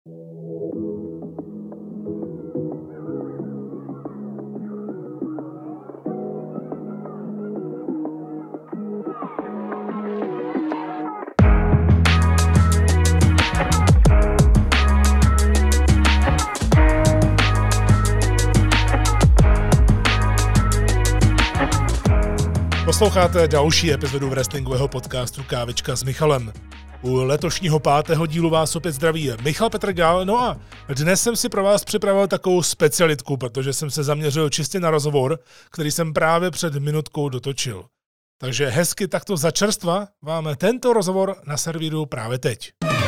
Posloucháte další epizodu wrestlingového podcastu Kávička s Michalem. U letošního 5. dílu vás opět zdraví Michal Petrgal, no a dnes jsem si pro vás připravil takovou specialitku, protože jsem se zaměřil čistě na rozhovor, který jsem právě před minutkou dotočil. Takže hezky takto začerstva vám tento rozhovor naservíruju právě teď.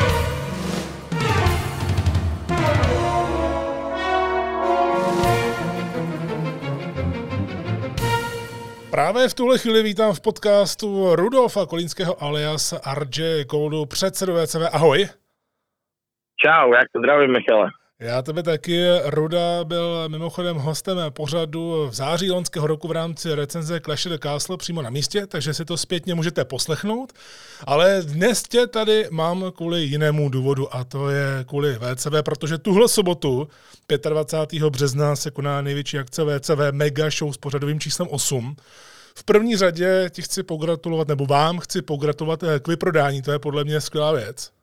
Právě v tuhle chvíli vítám v podcastu Rudolfa Kolínského alias RJ Goldu, předsedu VCV. Ahoj. Čau, jak to zdravím, Michale. Já tebe taky. Ruda byl mimochodem hostem pořadu v září loňského roku v rámci recenze Clash of the Castle přímo na místě, takže si to zpětně můžete poslechnout. Ale dnes tě tady mám kvůli jinému důvodu a to je kvůli VCV, protože tuhle sobotu 25. března se koná největší akce VCV Mega Show s pořadovým číslem 8. V první řadě ti chci pogratulovat, nebo vám chci pogratulovat k vyprodání, to je podle mě skvělá věc.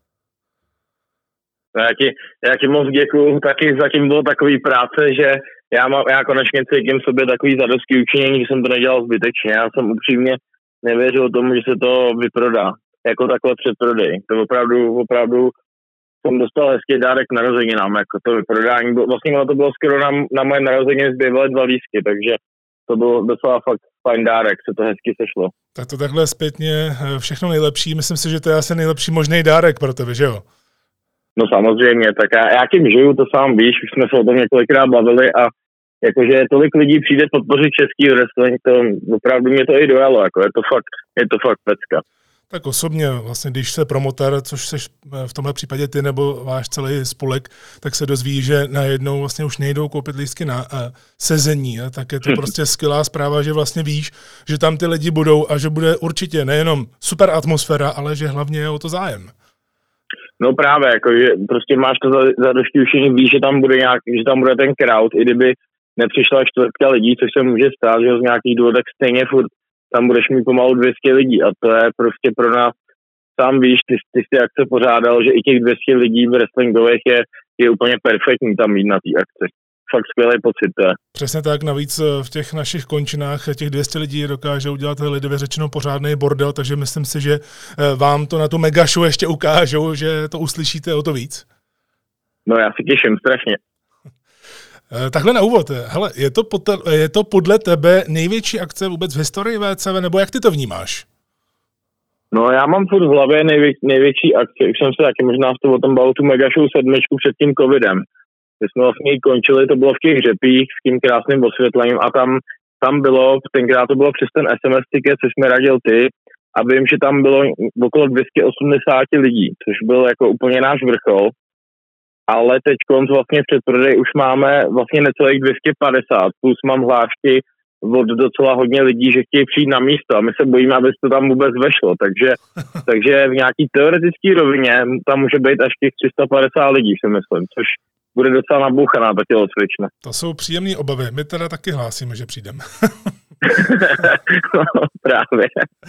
Já ti moc děkuju, taky zatím bylo takový práce, že já konečně cítím sobě takový zadostí učinění, že jsem to nedělal zbytečně. Já jsem upřímně nevěřil tomu, že se to vyprodá, jako takhle předprodej. To opravdu jsem dostal hezký dárek k narozeninám, jako to vyprodání. Vlastně to bylo skoro na moje narozeniny zbývaly 2 lístky, takže to bylo docela fakt fajn dárek, se to hezky sešlo. Tak to takhle zpětně všechno nejlepší, myslím si, že to je asi nejlepší možný dárek pro tebe, že jo? No samozřejmě, tak já tím žiju, to sám víš, už jsme se o tom několikrát bavili a jakože tolik lidí přijde podpořit český wrestling, to opravdu mě to i dojalo, jako je to fakt pecka. Tak osobně vlastně, když se promotér, což seš v tomhle případě ty nebo váš celý spolek, tak se dozví, že najednou vlastně už nejdou koupit lístky na sezení, tak je to prostě skvělá zpráva, že vlastně víš, že tam ty lidi budou a že bude určitě nejenom super atmosféra, ale že hlavně je o to zájem. No právě, jako, že prostě máš to zadostiušení, víš, že tam bude ten crowd, i kdyby nepřišla 4 lidí, což se může stát, že z nějakých důvodů stejně furt tam budeš mít pomalu 200 lidí a to je prostě pro nás, sám víš, ty jsi akce pořádal, že i těch 200 lidí v wrestlingových je úplně perfektní tam mít na té akci. Fakt skvělý pocit. Přesně tak, navíc v těch našich končinách těch 200 lidí dokáže udělat lidově řečeno pořádný bordel, takže myslím si, že vám to na tu mega show ještě ukážou, že to uslyšíte o to víc. No já si těším strašně. Takhle na úvod, hele, je to podle tebe největší akce vůbec v historii VCV, nebo jak ty to vnímáš? No já mám furt v hlavě největší akce, už jsem se taky možná o tom bavil tu mega show 7 před tím covidem. My jsme vlastně končili, to bylo v těch Řepích s tím krásným osvětlením a tam bylo, tenkrát to bylo přes ten SMS ticket, což mi radil ty a vím, že tam bylo okolo 280 lidí, což byl jako úplně náš vrchol, ale teď vlastně v předprodej už máme vlastně necelých 250, plus mám hlášky od docela hodně lidí, že chtějí přijít na místo a my se bojíme, aby to tam vůbec vešlo, takže v nějaký teoretický rovině tam může být až těch 350 lidí, si myslím, což bude docela nabouchaná ta tělocvična. To jsou příjemné obavy. My teda taky hlásíme, že přijdeme. No, právě.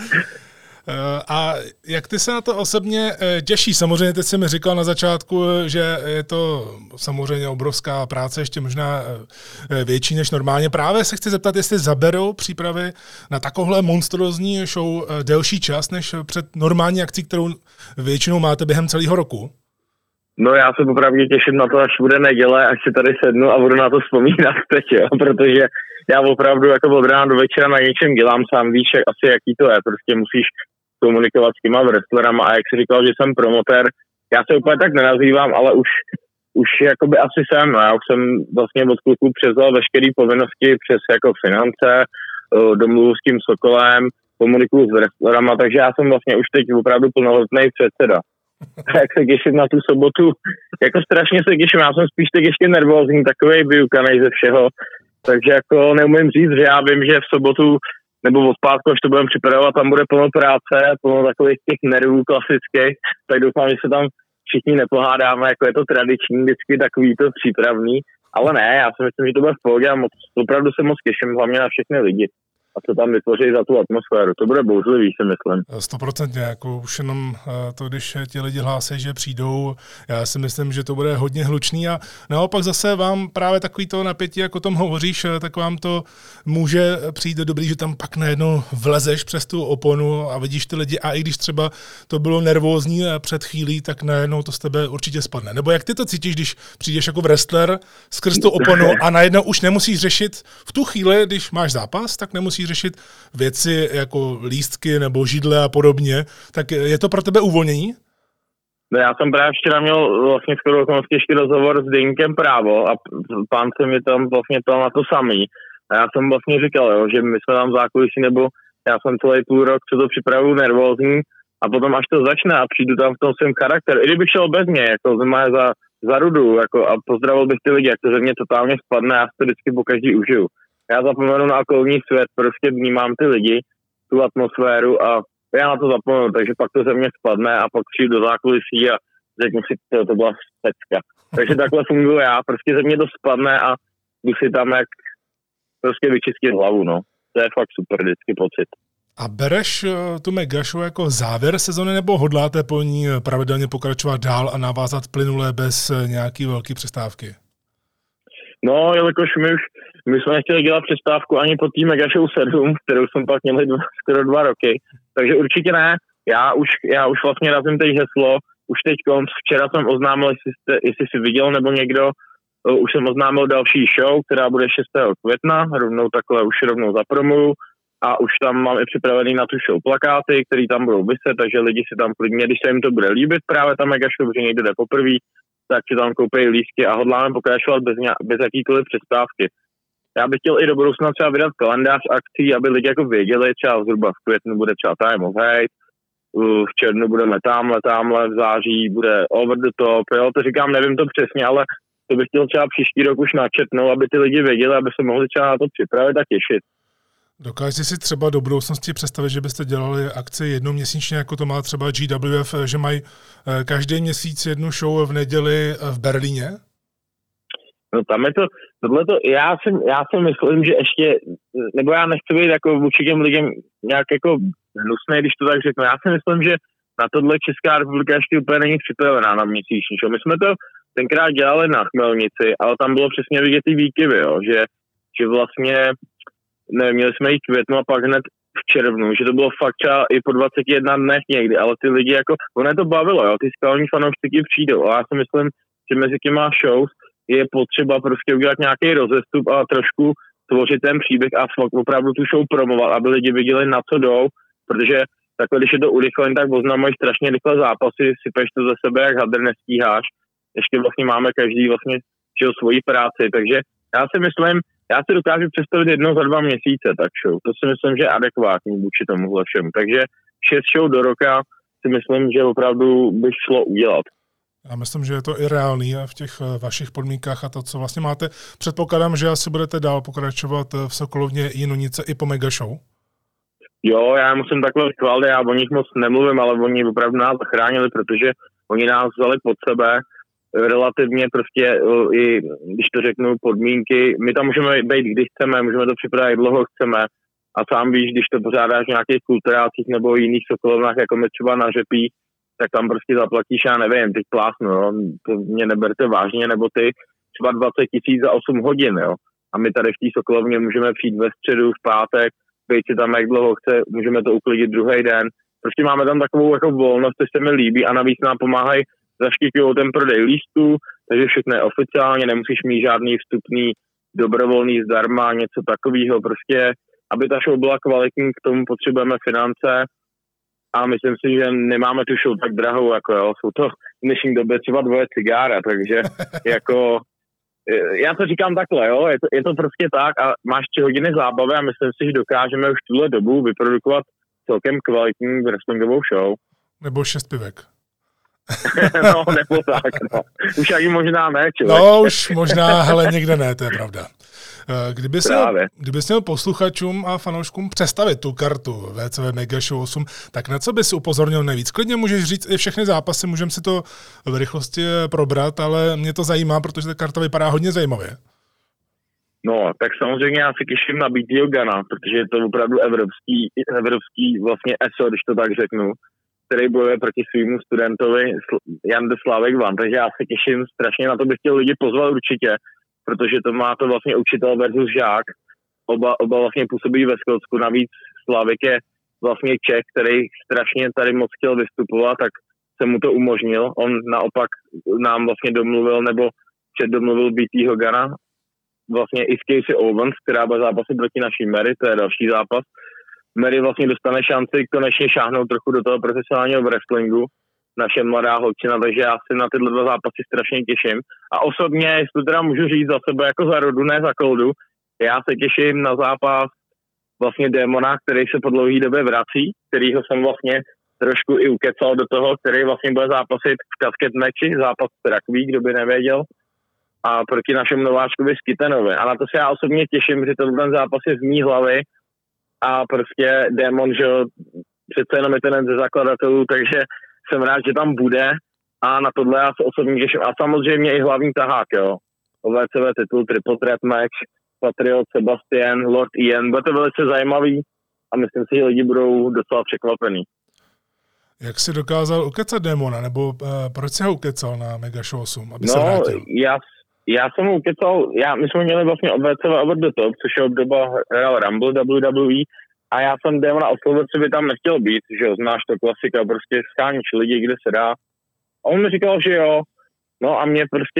A jak ty se na to osobně těšíš? Samozřejmě teď jsi mi říkal na začátku, že je to samozřejmě obrovská práce, ještě možná větší než normálně. Právě se chci zeptat, jestli zaberou přípravy na takovouhle monstrózní show delší čas než před normální akcí, kterou většinou máte během celého roku? No já se opravdu těším na to, až bude neděle, až si tady sednu a budu na to vzpomínat teď, jo, protože já opravdu jako od rána do večera na něčem dělám, sám víš asi jaký to je, prostě musíš komunikovat s těma wrestlerama a jak jsi říkal, že jsem promotér, já se úplně tak nenazývám, ale už jakoby asi jsem, no, já už jsem vlastně od kluků převzal veškeré povinnosti přes jako finance, domluvu s tím Sokolem, komunikuju s wrestlerama, takže já jsem vlastně už teď opravdu plnohodnotný předseda. Jak se těším na tu sobotu, jako strašně se těším, já jsem spíš tak ještě nervózní, takovej vyukanej ze všeho, takže jako neumím říct, že já vím, že v sobotu nebo od pátku, až to budeme připravovat, tam bude plno práce, plno takových těch nervů klasických, tak doufám, že se tam všichni nepohádáme, jako je to tradiční, vždycky takový to přípravný, ale ne, já si myslím, že to bude v pohodě a opravdu se moc těším, hlavně na všechny lidi. A co tam vytvoří za tu atmosféru. To bude bouřlivý, si myslím. 100%, jako už jenom to, když ti lidi hlásí, že přijdou, já si myslím, že to bude hodně hlučný a naopak zase vám právě takový to napětí, jako o tom hovoříš, tak vám to může přijít dobrý, že tam pak najednou vlezeš přes tu oponu a vidíš ty lidi a i když třeba to bylo nervózní před chvílí, tak najednou to z tebe určitě spadne. Nebo jak ty to cítíš, když přijdeš jako wrestler skrz tu oponu a najednou už nemusíš řešit v tu chvíli, když máš zápas, tak nemusíš řešit věci jako lístky nebo židle a podobně, tak je to pro tebe uvolnění? No já jsem právě včera měl vlastně skoro okolností ještě rozhovor s Deňkem Právo a pán se mi tam vlastně ptal na to samý. A já jsem vlastně říkal, jo, že my jsme tam v zákulisí, nebo já jsem celý půl rok, co to připravuju nervózní a potom až to začne a přijdu tam v tom svém charakteru. I kdybych šel bez mě, jako zima za rudu jako, a pozdravil bych ty lidi, jak to ze mě totálně spadne, já si to vždycky po každý užiju. Já zapomenu na okolní svět, prostě vnímám ty lidi, tu atmosféru a já na to zapomenu, takže pak to ze mě spadne a pak přijdu do zákulisí a řeknu si, to byla pecka. Takže takhle funguji já, prostě ze mě to spadne a jdu si tam jak prostě vyčistit hlavu, no. To je fakt super vždycky pocit. A bereš tu mega show jako závěr sezony, nebo hodláte po ní pravidelně pokračovat dál a navázat plynule bez nějaký velký přestávky? No, jelikož my jsme nechtěli dělat přestávku ani po té Mega Show 7, kterou jsme pak měli skoro 2 roky, takže určitě ne. Já už vlastně razím teď heslo, už teď včera jsem oznámil, jestli jsi viděl nebo někdo, už jsem oznámil další show, která bude 6. května, rovnou zapromuju a už tam mám i připravený na tu show plakáty, který tam budou viset, takže lidi si tam klidně, když se jim to bude líbit právě ta Mega Show, že někdo jde poprvé, tak si tam koupí lístky a hodláme pokračovat bez jakýkoliv přestávky. Já bych chtěl i do budoucna třeba vydat kalendář akcí, aby lidi jako věděli, třeba zhruba v květnu bude třeba Time of Hate, v červnu budeme tamhle, v září bude Over the Top, jo, to říkám, nevím to přesně, ale to bych chtěl třeba příští rok už načetnout, aby ty lidi věděli, aby se mohli třeba na to připravit a těšit. Dokážete si třeba do budoucnosti představit, že byste dělali akci jednoměsíčně, jako to má třeba GWF, že mají každý měsíc jednu show v neděli v Berlíně? No tam je to, tohleto, já si myslím, že ještě, nebo já nechci být jako vůči těm lidem nějak jako hnusný, když to tak řeknu. Já si myslím, že na tohle Česká republika ještě úplně není připravená na měsíční show. My jsme to tenkrát dělali na Chmelnici, ale tam bylo přesně vidět ty výkyvy, jo, že vlastně měli jsme jí květnu a pak hned v červnu, že to bylo fakt třeba i po 21 dnech někdy, ale ty lidi jako, ono to bavilo, jo, ty skalní fanoušci přijdou a já si myslím, že mezi těma shows je potřeba prostě udělat nějaký rozestup a trošku tvořit ten příběh a opravdu tu show promovat, aby lidi viděli, na co jdou, protože takhle, když je to urychlené, tak oznamuješ strašně rychle zápasy, sypeš to ze sebe, jak hadr nestíháš. Ještě vlastně máme každý vlastně svoji práci, takže já si dokážu představit 1 za 2 měsíce tak show. To si myslím, že je adekvátní vůči tomuhle všemu. Takže 6 show do roka si myslím, že opravdu by šlo udělat. Já myslím, že je to i reálný v těch vašich podmínkách a to, co vlastně máte. Předpokládám, že asi budete dál pokračovat v Sokolovně Jinonice i po Mega Show. Jo, já musím takhle chválit, já o nich moc nemluvím, ale oni opravdu nás zachránili, protože oni nás vzali pod sebe relativně prostě, i když to řeknu, podmínky. My tam můžeme být, když chceme, můžeme to připravit, jak dlouho chceme. A sám víš, když to pořádáš v nějakých kulturácích nebo jiných sokolovnách, jako my třeba na Řepí, tak tam prostě zaplatíš, já nevím, teď plásnu, jo, to mě neberte vážně, nebo ty třeba 20 000 za 8 hodin, jo. A my tady v té Sokolovně můžeme přijít ve středu, v pátek, být si tam jak dlouho chce, můžeme to uklidit druhý den. Prostě máme tam takovou jako volnost, což se mi líbí a navíc nám pomáhají zaštiťují ten prodej lístků, takže všechno je oficiálně, nemusíš mít žádný vstupný dobrovolný zdarma, něco takového, prostě, aby ta show byla kvalitní, k tomu potřebujeme finance a myslím si, že nemáme tu show tak drahou, jako jo, jsou to v dnešní době třeba 2 cigára, takže jako já to říkám takhle, jo, je to prostě tak a máš 3 hodiny zábavy a myslím si, že dokážeme už tuhle dobu vyprodukovat celkem kvalitní wrestlingovou show. Nebo 6 pivek. No, nebo tak, no. Už ani možná ne, člověk. No, už možná, hele, někde ne, to je pravda. Kdybys měl posluchačům a fanouškům představit tu kartu VCV Mega Show 8, tak na co bys upozornil nejvíc? Klidně můžeš říct i všechny zápasy, můžeme si to v rychlosti probrat, ale mě to zajímá, protože ta karta vypadá hodně zajímavě. No, tak samozřejmě já se těším na BTho Gana, protože je to opravdu evropský vlastně ESO, když to tak řeknu, který bojuje proti svýmu studentovi Jan de Slávek Van, takže já se těším strašně na to, bych chtěl lidi pozval určitě, protože to má to vlastně učitel versus žák, oba vlastně působí ve Skotsku, navíc Slávek je vlastně Čech, který strašně tady moc chtěl vystupovat, tak jsem mu to umožnil, on naopak nám vlastně domluvil, nebo předdomluvil BTho Gana, vlastně i s Casey Owens, která bude zápasit proti naší Mary, to je další zápas. Mary vlastně dostane šanci konečně šáhnout trochu do toho profesionálního wrestlingu, naše mladá holčina, takže já si na tyhle dva zápasy strašně těším. A osobně, jestli teda můžu říct za sebe jako za Rodu, ne za Coldu, já se těším na zápas vlastně Démona, který se po dlouhé době vrací, kterýho jsem vlastně trošku i ukecal do toho, který vlastně bude zápasit v casket matchi, zápas Trakví, kdo by nevěděl, a proti našemu nováčkovi Skitenovi. A na to se já osobně těším, že ten zápas je z mý hlavy a prostě Démon, že přece jenom je ten ze zakladatelů, takže jsem rád, že tam bude a na tohle já se osobně těším. A samozřejmě i hlavní tahák, jo. OVCV titul, triple threat match, Patriot, Sebastian, Lord Ian. Bude to velice zajímavý a myslím si, že lidi budou docela překvapený. Jak jsi dokázal ukecat Démona, nebo proč jsi ho ukecal na Mega Show 8, aby se vrátil? Já jsem ho ukecal, my jsme měli vlastně od VCV Over the Top, což je obdoba Royal Rumble WWE, a já jsem Démona oslovil, co by tam nechtěl být, že jo, znáš to klasika, prostě scháníš lidi, kde se dá. A on mi říkal, že jo, no a mě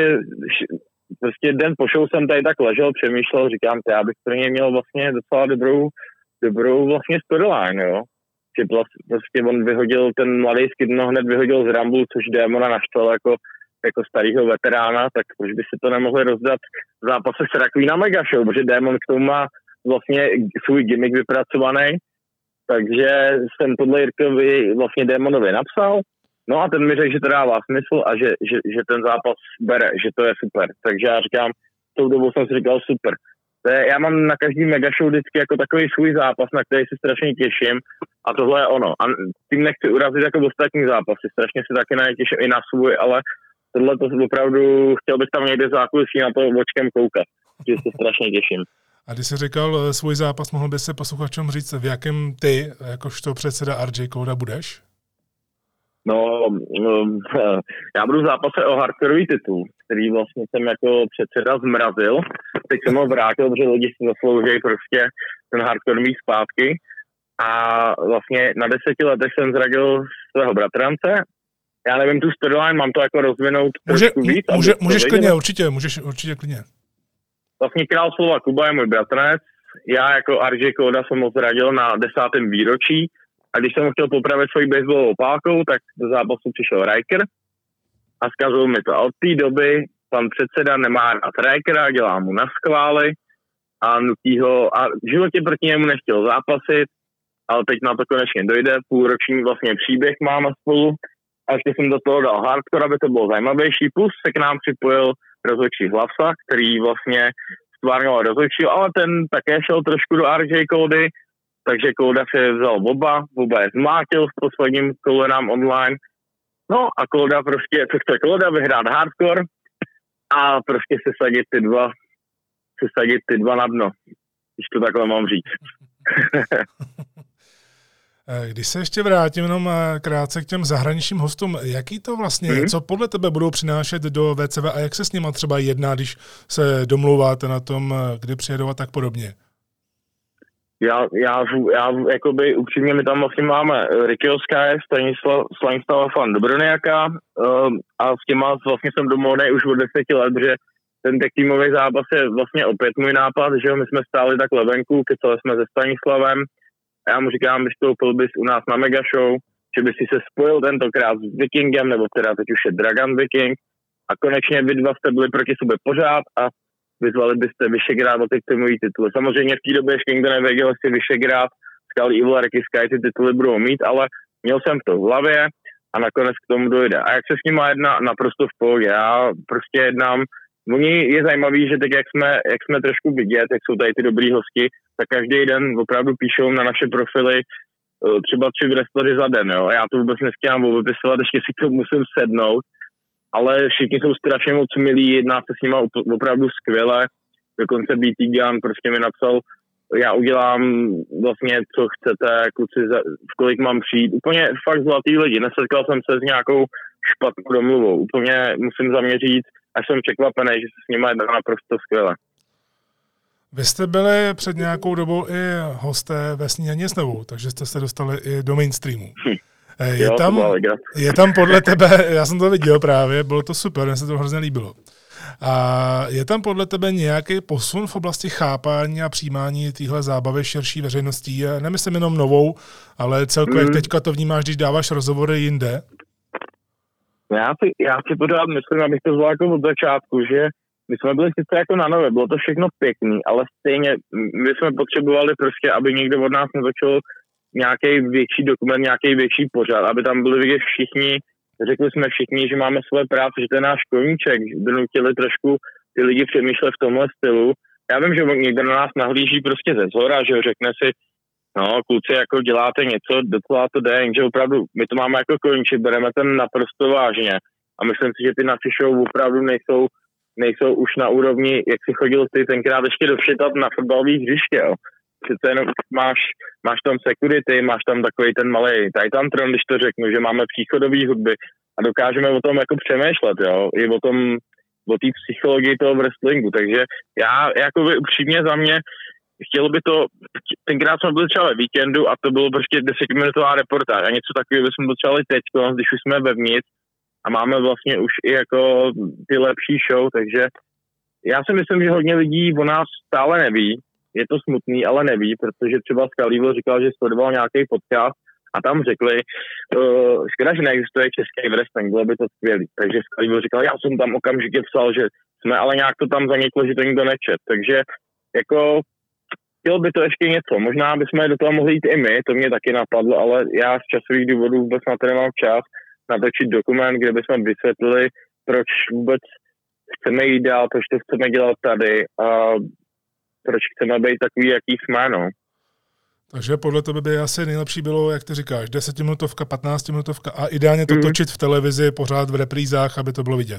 prostě den po show jsem tady tak ležel, přemýšlel, říkám, já bych pro něj měl vlastně docela dobrou vlastně storyline, jo. Že prostě on vyhodil, ten mladý Skidno hned vyhodil z Rumble, což Démona naštval jako starýho veterána, tak proč by si to nemohli rozdat v zápase s Rakví na Mega Show, protože Démon k tomu má vlastně svůj gimmick vypracovaný, takže jsem tohle Jirkovi vlastně Démonovi napsal, no a ten mi řekl, že to dává smysl a že ten zápas bere, že to je super, takže já říkám, tou dobou jsem si říkal super. Já mám na každý Mega Show vždycky jako takový svůj zápas, na který se strašně těším a tohle je ono. A tím nechci urazit jako ostatní zápasy, strašně se taky na ně těším i na svůj, ale tohle to opravdu, chtěl bych tam někde zákulisí na to očkem koukat, že se strašně těším. A když jsi říkal svůj zápas, mohl by se posluchačům říct, v jakém ty, jakožto předseda RJ Colda, budeš? No, já budu v zápase o hardcoreový titul, který vlastně jsem jako předseda zmrazil. Teď jsem ho vrátil, protože lidi si zaslouží prostě ten hardcoreový zpátky. A vlastně na 10 letech jsem zradil svého bratrance. Já nevím, tu storyline, mám to jako rozvinout trošku víc. Můžeš klidně, určitě klidně. Vlastně král slova Kuba je můj bratranec. Já jako RJ Colda jsem ho zradil na 10. výročí. A když jsem ho chtěl popravit svojí baseballovou pálkou, tak do zápasu přišel Riker a zkazil mi to. A od té doby pan předseda nemá rád Rikera, dělá mu naschvály a nutí ho. A v životě proti němu nechtěl zápasit, ale teď na to konečně dojde. Půlroční vlastně příběh máme spolu. A ještě jsem do toho dal hardcore, aby to bylo zajímavější. Plus se k nám připojil rozhodčí Hlavsa, který vlastně stvárňoval rozhodčí, ale ten také šel trošku do RJ Coldy. Takže Colda se vzal oba je zmátil v posledním kole nám online. No a Colda prostě, co chce Colda, vyhrát hardcore a prostě sesadit ty dva na dno, když to takhle mám říct. Když se ještě vrátím jenom krátce k těm zahraničním hostům, jaký to vlastně je, co podle tebe budou přinášet do VCV a jak se s nima třeba jedná, když se domlouváte na tom, kdy přijedou a tak podobně? Já jakoby upřímně, my tam vlastně máme Rickyho Sky, Stanislava Fan Dobroniaka a s těma vlastně jsem domluvený už od 10 let, protože ten týmový zápas je vlastně opět můj nápad, že my jsme stáli tak levenku, kecali jsme se Stanislavem a já mu říkám, vystoupil bys u nás na Mega Show, že by si se spojil tentokrát s Vikingem, nebo teda teď už je Dragon Viking a konečně vy dva jste byli proti sobě pořád a vyzvali byste Vyšegrád o ty týmový tituly. Samozřejmě v té době ještě nikdo nevěděl, jestli Vyšegrád, Scully, Evil a Ricky Sky ty tituly budou mít, ale měl jsem to v hlavě a nakonec k tomu dojde. A jak se s nima jedná, naprosto v pohodě. Já prostě jednám oni je zajímavý, že tak jak jsme trošku vidět, jak jsou tady ty dobrý hosti, tak každý den opravdu píšou na naše profily třeba 3 wrestlery za den, jo. Já to vůbec nestíhám vypisovat, ještě si to musím sednout, ale všichni jsou strašně moc milí, jedná se s nima opravdu skvěle, dokonce BT Gun prostě mi napsal, já udělám vlastně, co chcete, kluci, v kolik mám přijít. Úplně fakt zlatý lidi. Nesetkal jsem se s nějakou špatnou domluvou. Úplně musím za mě říct, a jsem překvapený, že se s nimi jedná naprosto skvěle. Vy jste byli před nějakou dobou i hosté ve Snídaní s Nevou, takže jste se dostali i do mainstreamu. Je tam podle tebe, já jsem to viděl právě, bylo to super, mně se to hrozně líbilo. A je tam podle tebe nějaký posun v oblasti chápání a přijímání téhle zábavy širší veřejností? Nemyslím jenom novou, ale celkově jak teďka to vnímáš, když dáváš rozhovory jinde? Já si pořád myslím, abych to zvládl jako od začátku, že my jsme byli sice jako na nové, bylo to všechno pěkný, ale stejně my jsme potřebovali prostě, aby někdo od nás natočil nějaký větší dokument, nějaký větší pořad, aby tam byli vidět všichni. Řekli jsme všichni, že máme své práce, že to je náš koníček, donutili trošku ty lidi přemýšlet v tomhle stylu. Já vím, že někdo na nás nahlíží prostě ze zhora, že řekne si, no kluci, jako děláte něco, docela to jde, jenže opravdu my to máme jako koníček, bereme ten naprosto vážně. A myslím si, že ty naši show opravdu nejsou už na úrovni, jak si chodil ty tenkrát ještě dovšetat na fotbalových hřiště, jo. Přece jenom máš tam security, máš tam takový ten malý Titantron, když to řeknu, že máme příchodové hudby a dokážeme o tom jako přemýšlet, jo, i o té psychologii toho wrestlingu, takže já jako upřímně za mě chtěl by to, tenkrát jsme byli třeba ve víkendu a to bylo prostě 10minutová reportáž a něco takového bychom potřebovali teď, když už jsme vevnitř a máme vlastně už i jako ty lepší show, takže já si myslím, že hodně lidí o nás stále neví. Je to smutný, ale neví, protože třeba Scalivil říkal, že sledoval nějaký podcast a tam řekli, škoda, že neexistuje český wrestling, bylo by to skvělý. Takže Scalivil říkal, já jsem tam okamžitě psal, že jsme, ale nějak to tam zaniklo, že to nikdo nečet. Takže jako chtěl by to ještě něco. Možná bychom do toho mohli jít i my, to mě taky napadlo, ale já z časových důvodů vůbec na to nemám čas natočit dokument, kde bychom vysvětlili, proč vůbec chceme jít dál, proč to chceme dělat tady a proč chceme být takový, jaký jsme, no. Takže podle tebe by asi nejlepší bylo, jak ty říkáš, 10minutovka, 15minutovka a ideálně to točit v televizi, pořád v reprízách, aby to bylo vidět.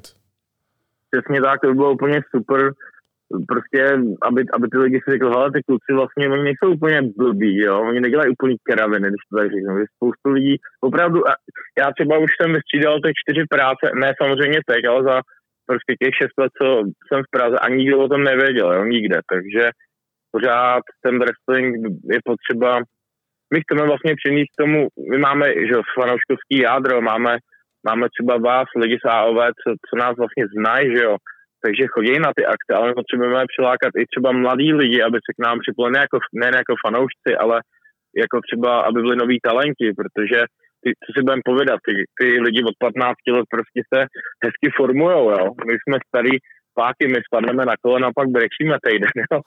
Přesně tak, to by bylo úplně super, prostě, aby ty lidi si řekli, hele, ty kluci vlastně, oni nejsou úplně blbí, jo, oni nedělají úplný kraviny, když to tak řeknu, spoustu lidí, opravdu, já třeba už jsem vystřídal ty 4 práce, ne samozřejmě teď, ale za prostě těch 6 let, co jsem v Praze a nikdo o tom nevěděl, jo, nikde, takže pořád ten wrestling je potřeba, my chceme vlastně přinést k tomu, my máme, že fanouškovský jádro, máme třeba vás, lidi z AOV, co nás vlastně znají, že jo, takže chodí na ty akce, ale my potřebujeme přilákat i třeba mladí lidi, aby se k nám připojili ne jako fanoušci, ale jako třeba, aby byli noví talenti, protože co si budeme povědat, ty lidi od 15 let prostě se hezky formujou, jo. My jsme starý páky, my spadneme na kolena a pak brečíme týden, jo.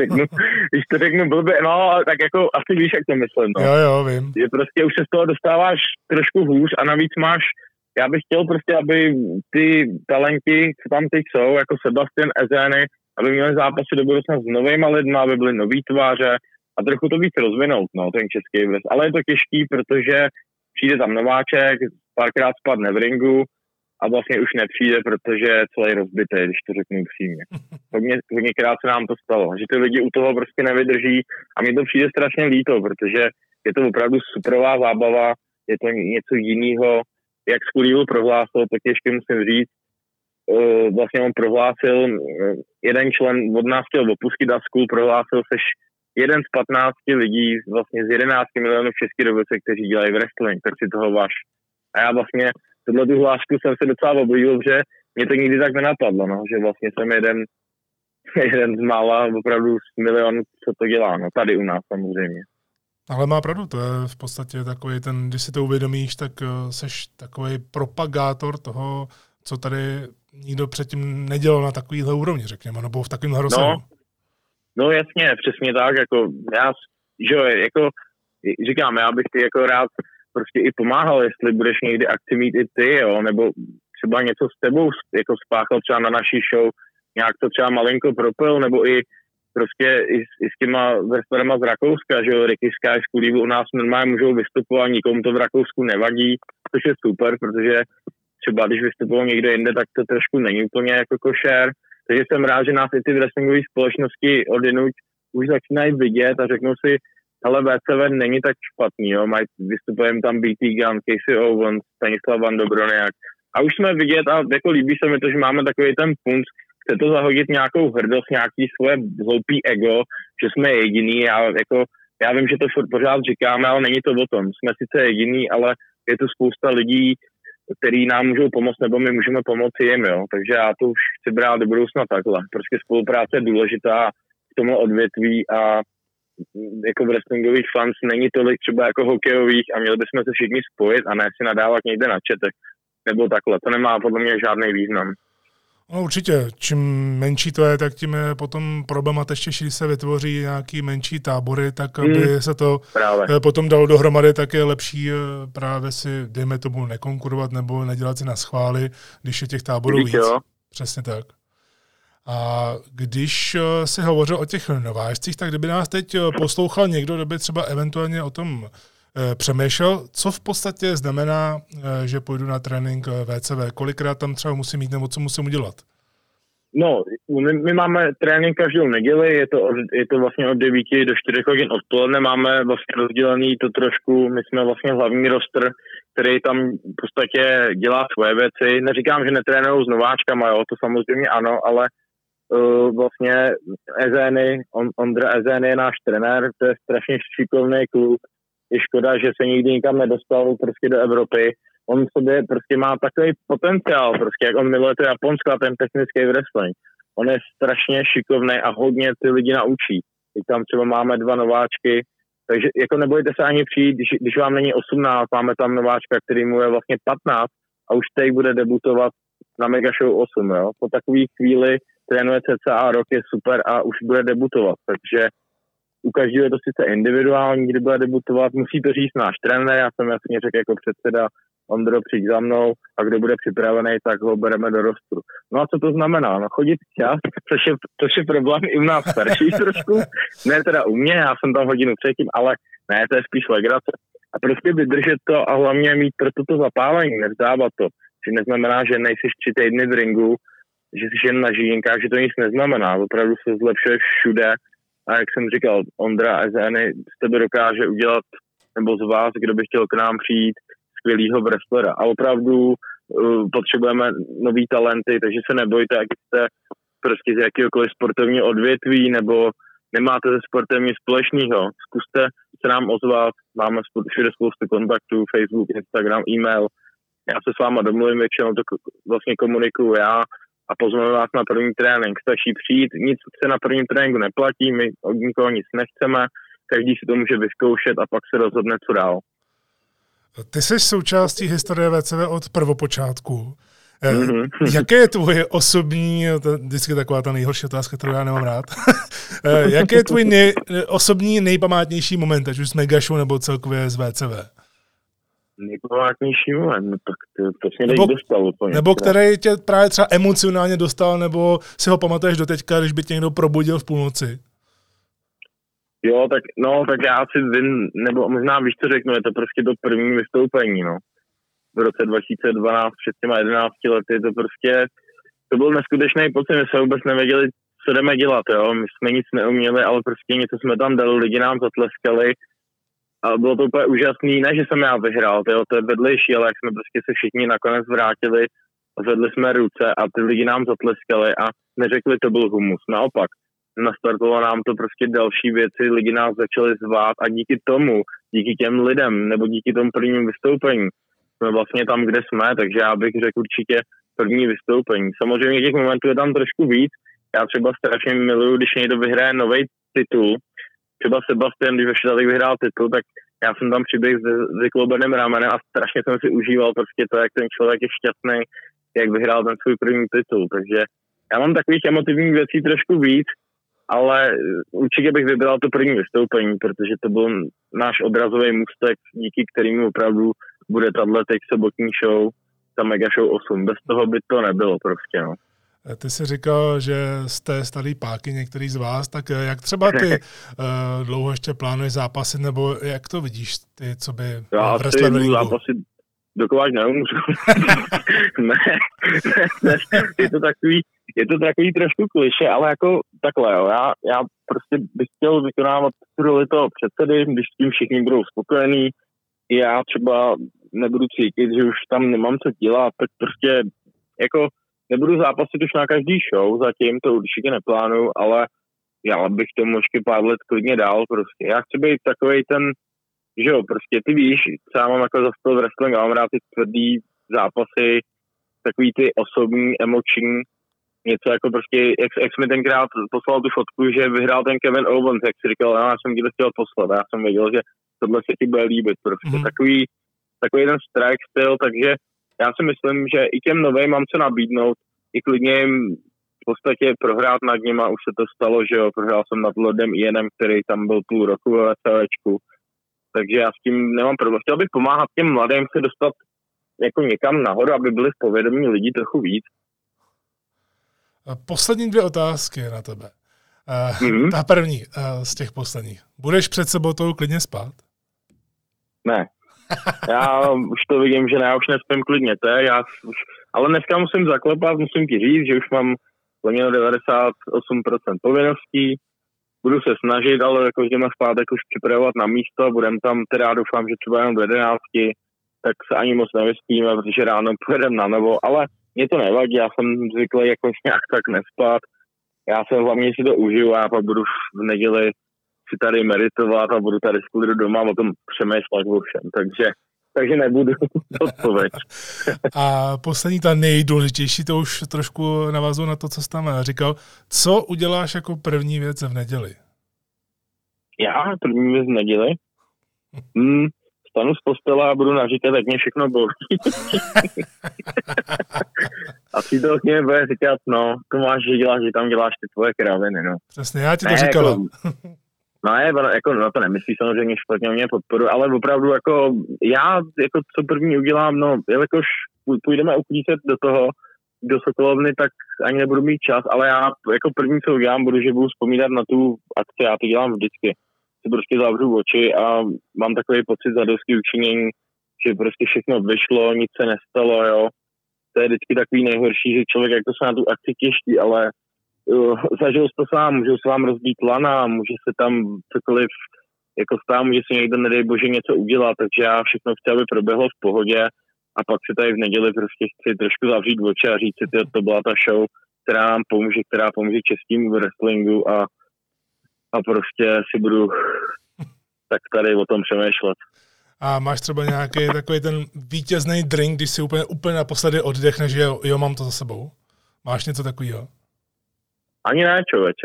Když to řeknu blbě, no, tak jako asi víš, jak to myslím, no. Jo, vím. Že prostě už se z toho dostáváš trošku hůř a navíc máš, já bych chtěl prostě, aby ty talenti, co tam teď jsou, jako Sebastian Ezeny, aby měli zápasy do budoucna s novýma lidma, aby byly nový tváře a trochu to víc rozvinout, no, ten český wrestling. Ale je to těžký, protože přijde tam nováček, párkrát spadne v ringu a vlastně už nepřijde, protože je celý rozbitý, když to řeknu upřímně. Hodněkrát se nám to stalo, že ty lidi u toho prostě nevydrží a mně to přijde strašně líto, protože je to opravdu superová zábava, je to něco jiného. Jak Scalivil prohlásil, tak ještě musím říct, vlastně on prohlásil, jeden člen od nás chtěl opustit a School prohlásil, seš jeden z 15 lidí vlastně z 11 milionů v České republice, kteří dělají wrestling, tak si toho váš. A já vlastně tohle tu hlášku jsem se docela oblíbil, že mě to nikdy tak nenapadlo, no, že vlastně jsem jeden z mála opravdu z milionů, co to dělá, no, tady u nás samozřejmě. Ale má pravdu, to je v podstatě takový ten, když si to uvědomíš, tak seš takový propagátor toho, co tady nikdo předtím nedělal na takovýhle úrovni, řekněme, nebo v takovýmhle rozsahu. No jasně, přesně tak, jako já, že jo, jako říkám, já bych ty jako rád prostě i pomáhal, jestli budeš někdy akci mít i ty, jo, nebo třeba něco s tebou jako spáchal třeba na naší show, nějak to třeba malinko propil, nebo i prostě i s těma wrestlerama z Rakouska, že jo, Ricky Sky z Kulívu u nás normálně můžou vystupovat, nikomu to v Rakousku nevadí, což je super, protože třeba když vystupoval někde jinde, tak to trošku není úplně jako košer. Takže jsem rád, že nás i ty wrestlingové společnosti odjinuť už začínají vidět a řeknou si, ale VCV není tak špatný, jo, vystupujeme tam BT Gunn, Casey Owens, Stanislav Van Dobroniak. A už jsme vidět a jako líbí se mi to, že máme takový ten punc, chce to zahodit nějakou hrdost, nějaký svoje hloupý ego, že jsme jediný a jako já vím, že to pořád říkáme, ale není to o tom. Jsme sice jediný, ale je tu spousta lidí, který nám můžou pomoct, nebo my můžeme pomoci jim, jo. Takže já to už chci brát do budoucna takhle. Prostě spolupráce je důležitá v tomhle odvětví a jako wrestlingových fans není tolik třeba jako hokejových a měli bychom se všichni spojit a ne si nadávat někde na četech. Nebo takhle. To nemá podle mě žádný význam. No určitě, čím menší to je, tak tím je potom problematičtější, když se vytvoří nějaký menší tábory, tak aby se to potom dalo dohromady, tak je lepší právě si, dejme tomu, nekonkurovat nebo nedělat si na schvály, když je těch táborů víc. Přesně tak. A když si hovořil o těch nováčcích, tak kdyby nás teď poslouchal někdo, kdo by třeba eventuálně o tom přemýšlel, co v podstatě znamená, že půjdu na trénink VCV, kolikrát tam třeba musím jít nebo co musím udělat? No, my máme trénink každou neděli, je to vlastně od 9 do 4 hodin odpoledne, máme vlastně rozdělený to trošku, my jsme vlastně hlavní roster, který tam v podstatě dělá svoje věci. Neříkám, že netrénují s nováčkama, jo, to samozřejmě ano, ale vlastně Ondra Ezeny je náš trenér, to je strašně šikovný kluk. Je škoda, že se nikdy nikam nedostal prostě do Evropy. On v sobě prostě má takový potenciál, prostě jak on miluje to Japonsko a ten technický wrestling. On je strašně šikovný a hodně ty lidi naučí. Teď tam třeba máme 2 nováčky, takže jako nebojte se ani přijít, když vám není 18, máme tam nováčka, který mu je vlastně 15 a už teď bude debutovat na Mega Show 8, jo. Po takové chvíli trénuje cca rok, je super a už bude debutovat, takže u každého je to sice individuální, kdy bude debutovat, musí to říct náš trenér, já jsem jasně řekl jako předseda, Ondro, přijď za mnou a kdo bude připravený, tak ho bereme do rostru. No a co to znamená? No chodit včas, což je problém i u nás starších trošku, ne teda u mě, já jsem tam hodinu předtím, ale ne, to je spíš legrace. A prostě vydržet to a hlavně mít pro toto zapálení, nevzdávat to. Že neznamená, že nejsiš 3 týdny v ringu, že jsi jen na žínkách, že to nic neznamená. Opravdu se zlepšuje všude. A jak jsem říkal, Ondra Ezeny z tebe dokáže udělat, nebo z vás, kdo by chtěl k nám přijít, skvělýho wrestlera. A opravdu potřebujeme nový talenty, takže se nebojte, jak jste prostě z jakýhokoliv sportovního odvětví, nebo nemáte ze sportem nic společného. Zkuste se nám ozvat, máme všude spoustu kontaktů, Facebook, Instagram, e-mail. Já se s váma domluvím, většinou to vlastně komunikuju já a pozveme vás na první trénink. Stačí přijít, nic se na prvním tréninku neplatí, my od nikoho nic nechceme, každý si to může vyzkoušet a pak se rozhodne, co dál. Ty jsi součástí historie VCV od prvopočátku. Jaké je tvoje osobní, to je vždycky taková ta nejhorší otázka, kterou já nemám rád, jaký je tvůj osobní nejpamátnější moment, ať už z Mega Show nebo celkově z VCV? Nejpamátnější moment, no tak to mě nejde dostalo. Nebo který tě právě třeba emocionálně dostal, nebo si ho pamatuješ do teďka, když by tě někdo probudil v půlnoci? Jo, tak já asi vím, nebo možná víš, co řeknu, je to prostě to první vystoupení, no. V roce 2012, před těma 11 lety, to byl neskutečný pocit, my jsme vůbec nevěděli, co jdeme dělat, jo. My jsme nic neuměli, ale prostě něco jsme tam dali, lidi nám zatleskali a bylo to úplně úžasný, ne, že jsem já vyhrál, to je vedlejší, ale jak jsme prostě se všichni nakonec vrátili, zvedli jsme ruce a ty lidi nám zatleskali a neřekli, to byl humus, naopak. Nastartovalo nám to prostě další věci, lidi nás začali zvát a díky tomu, díky těm lidem, nebo díky tomu prvnímu vystoupení, jsme vlastně tam, kde jsme, takže já bych řekl určitě první vystoupení. Samozřejmě těch momentů je tam trošku víc, já třeba strašně miluju, když někdo vyhraje nový titul, třeba Sebastian, když ve Štatech vyhrál titul, tak já jsem tam přiběhl s vykloubeným ramenem a strašně jsem si užíval prostě to, jak ten člověk je šťastný, jak vyhrál ten svůj první titul, takže já mám takových emotivních věcí trošku víc, ale určitě bych vybral to první vystoupení, protože to byl náš odrazový můstek, díky kterému opravdu bude tato teď sobotní show, ta Mega Show 8. Bez toho by to nebylo prostě, no. Ty jsi říkal, že jste starý páky, některý z vás, tak jak třeba ty dlouho ještě plánuješ zápasy, nebo jak to vidíš, ty, co by v wrestlingu? Zápasy dokováč neumřu. ne, je to takový trošku kliše, ale jako takhle, jo. Já prostě bych chtěl vykonávat roli toho předsedy, když s tím všichni budou spokojení. Já třeba nebudu cítit, že už tam nemám co dělat, tak prostě jako nebudu zápasit už na každý show, zatím to určitě neplánuju, ale já bych tomu ještě pár let klidně dál prostě. Já chci být takovej ten, že jo, prostě ty víš, třeba mám jako za to wrestling, já mám rád ty tvrdý zápasy, takový ty osobní, emoční, něco jako prostě, jak jsi mi tenkrát poslal tu fotku, že vyhrál ten Kevin Owens, jak si říkal, já jsem ti to chtěl poslat, já jsem věděl, že tohle se ti bude líbit prostě. Takový ten strike styl, takže já si myslím, že i těm novým mám co nabídnout, i klidně jim v podstatě prohrát nad nima, už se to stalo, že jo, prohrál jsem nad Lordem Ianem, který tam byl půl roku ve SLčku, takže já s tím nemám problém. Chtěl bych pomáhat těm mladým se dostat jako někam nahoru, aby byli v povědomí lidí trochu víc. Poslední 2 otázky na tebe. Ta první z těch posledních. Budeš před sobotou klidně spát? Ne. Já už to vidím, že já už nespím klidně, ale dneska musím zaklepat, musím ti říct, že už mám plněno 98% povinností, budu se snažit, ale jako jdeme v pátek už připravovat na místo, budem tam, teda doufám, že třeba jenom do 11, tak se ani moc nevyspíme, protože ráno pojedem na novo, ale mě to nevadí, já jsem zvyklý jako nějak tak nespat, já jsem hlavně si to užiju a pak budu v neděli si tady meditovat a budu tady v klidu doma o tom přemýšlet o všem, takže nebudu odpověď. A poslední, ta nejdůležitější, to už trošku navazuji na to, co jsi tam říkal. Co uděláš jako první věc v neděli? Já první věc v neděli? Stanu z postele a budu naříkat, jak mě všechno bolí. A přítel k mě bude říkat, no, to máš, že tam děláš ty tvoje kraviny, no. Přesně, já ti to říkala. No to nemyslí samozřejmě špatně o mě podporu, ale opravdu jako já, jako co první udělám, no, jelikož půjdeme uklízet do Sokolovny, tak ani nebudu mít čas, ale já jako první, co udělám, že budu vzpomínat na tu akci, já to dělám vždycky. Si prostě zavřu oči a mám takový pocit zadosti učinění, že prostě všechno vyšlo, nic se nestalo, jo. To je vždycky takový nejhorší, že člověk jako se na tu akci těší, ale zažil jsi to sám, můžou se vám rozbít lana, může se tam cokoliv jako stát, může se někdo, nedej bože, něco udělat, takže já všechno chci, aby proběhlo v pohodě a pak si tady v neděli prostě chci trošku zavřít oči a říct si, to byla ta show, která nám pomůže, která pomůže českému wrestlingu a prostě si budu tak tady o tom přemýšlet. A máš třeba nějaký takový ten vítězný drink, když si úplně naposledy oddechneš, že jo, mám to za sebou? Máš něco takového? Ani ne, člověče.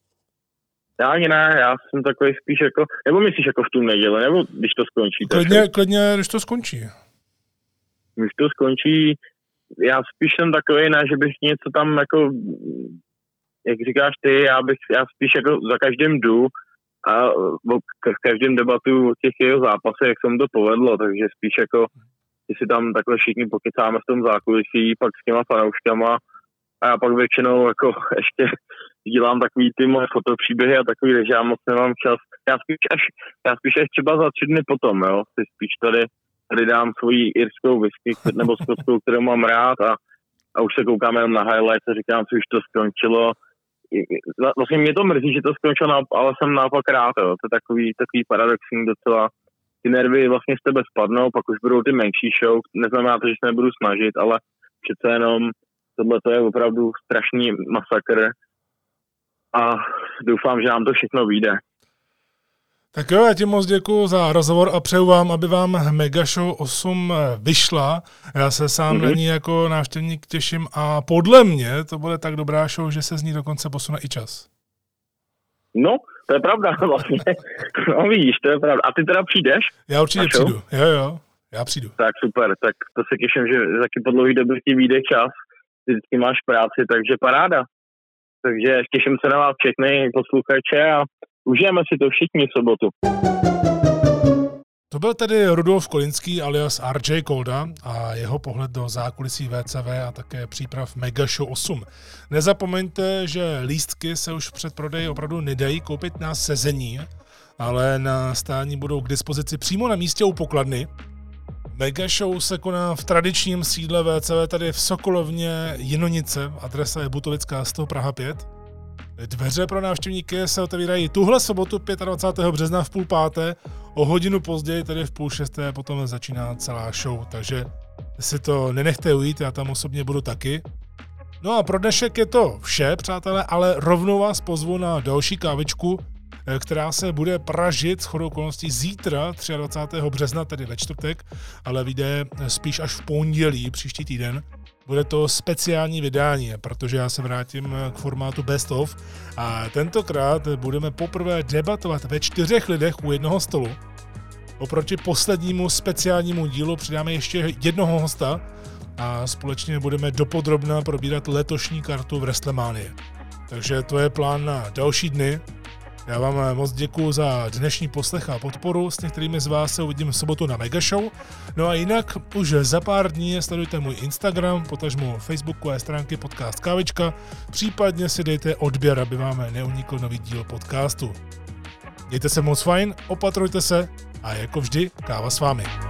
Já ani ne, já jsem takový spíš jako, nebo myslíš jako v tu neděli, nebo když to skončí? Klidně, když to skončí. Když to skončí, já spíš jsem takový, ne, že bych něco tam jako, jak říkáš ty, já spíš jako za každým jdu a v každém debatu o těch jeho zápasech, jak se mu to povedlo, takže spíš jako, když si tam takhle všichni pokecáme v tom zákulisí, pak s těma fanouškama, a já pak většinou jako ještě dělám takový ty moje fotopříběhy a takový, že já moc nemám čas. Já spíš až třeba za 3 dny potom, jo. Si spíš tady dám svoji irskou whisky nebo skotskou, kterou mám rád a už se koukám jenom na highlights a říkám si, už to skončilo. Vlastně mě to mrzí, že to skončilo, ale jsem naopak rád, jo. To je takový paradoxní docela. Ty nervy vlastně z tebe spadnou, pak už budou ty menší show. Neznamená to, že se nebudu snažit, ale přece jenom tohle to je opravdu strašný masakr a doufám, že nám to všechno vyjde. Tak jo, já ti moc děkuju za rozhovor a přeju vám, aby vám Mega Show 8 vyšla. Já se sám na ní jako návštěvník těším a podle mě to bude tak dobrá show, že se z ní dokonce posune i čas. No, to je pravda vlastně. No vidíš, to je pravda. A ty teda přijdeš? Já určitě přijdu. Jo, já přijdu. Tak super, tak to se těším, že taky po dlouhý době ti vyjde čas. Ty vždycky máš práci, takže paráda. Takže těším se na vás všechny posluchače a užijeme si to všichni v sobotu. To byl tedy Rudolf Kolinský alias RJ Kolda a jeho pohled do zákulisí VCV a také příprav Mega Show 8. Nezapomeňte, že lístky se už před prodeji opravdu nedají koupit na sezení, ale na stání budou k dispozici přímo na místě u pokladny. Mega Show se koná v tradičním sídle VCV tady v Sokolovně Jinonice, adresa je Butovická 100 Praha 5. Dveře pro návštěvníky se otevírají tuhle sobotu 25. března v 5:30, o hodinu později, tedy v 5:30, potom začíná celá show, takže si to nenechte ujít, já tam osobně budu taky. No a pro dnešek je to vše, přátelé, ale rovnou vás pozvu na další kávičku, která se bude pražit shodou okolností zítra, 23. března, tedy ve čtvrtek, ale vyjde spíš až v pondělí příští týden. Bude to speciální vydání, protože já se vrátím k formátu Best of a tentokrát budeme poprvé debatovat ve 4 lidech u jednoho stolu. Oproti poslednímu speciálnímu dílu přidáme ještě jednoho hosta a společně budeme dopodrobna probírat letošní kartu v WrestleManii. Takže to je plán na další dny. Já vám moc děkuju za dnešní poslech a podporu, s některými z vás se uvidím v sobotu na Mega Show. No a jinak už za pár dní sledujte můj Instagram, potažmo Facebookové stránky Podcast Kávička, případně si dejte odběr, aby vám neunikl nový díl podcastu. Mějte se moc fajn, opatrujte se a jako vždy káva s vámi.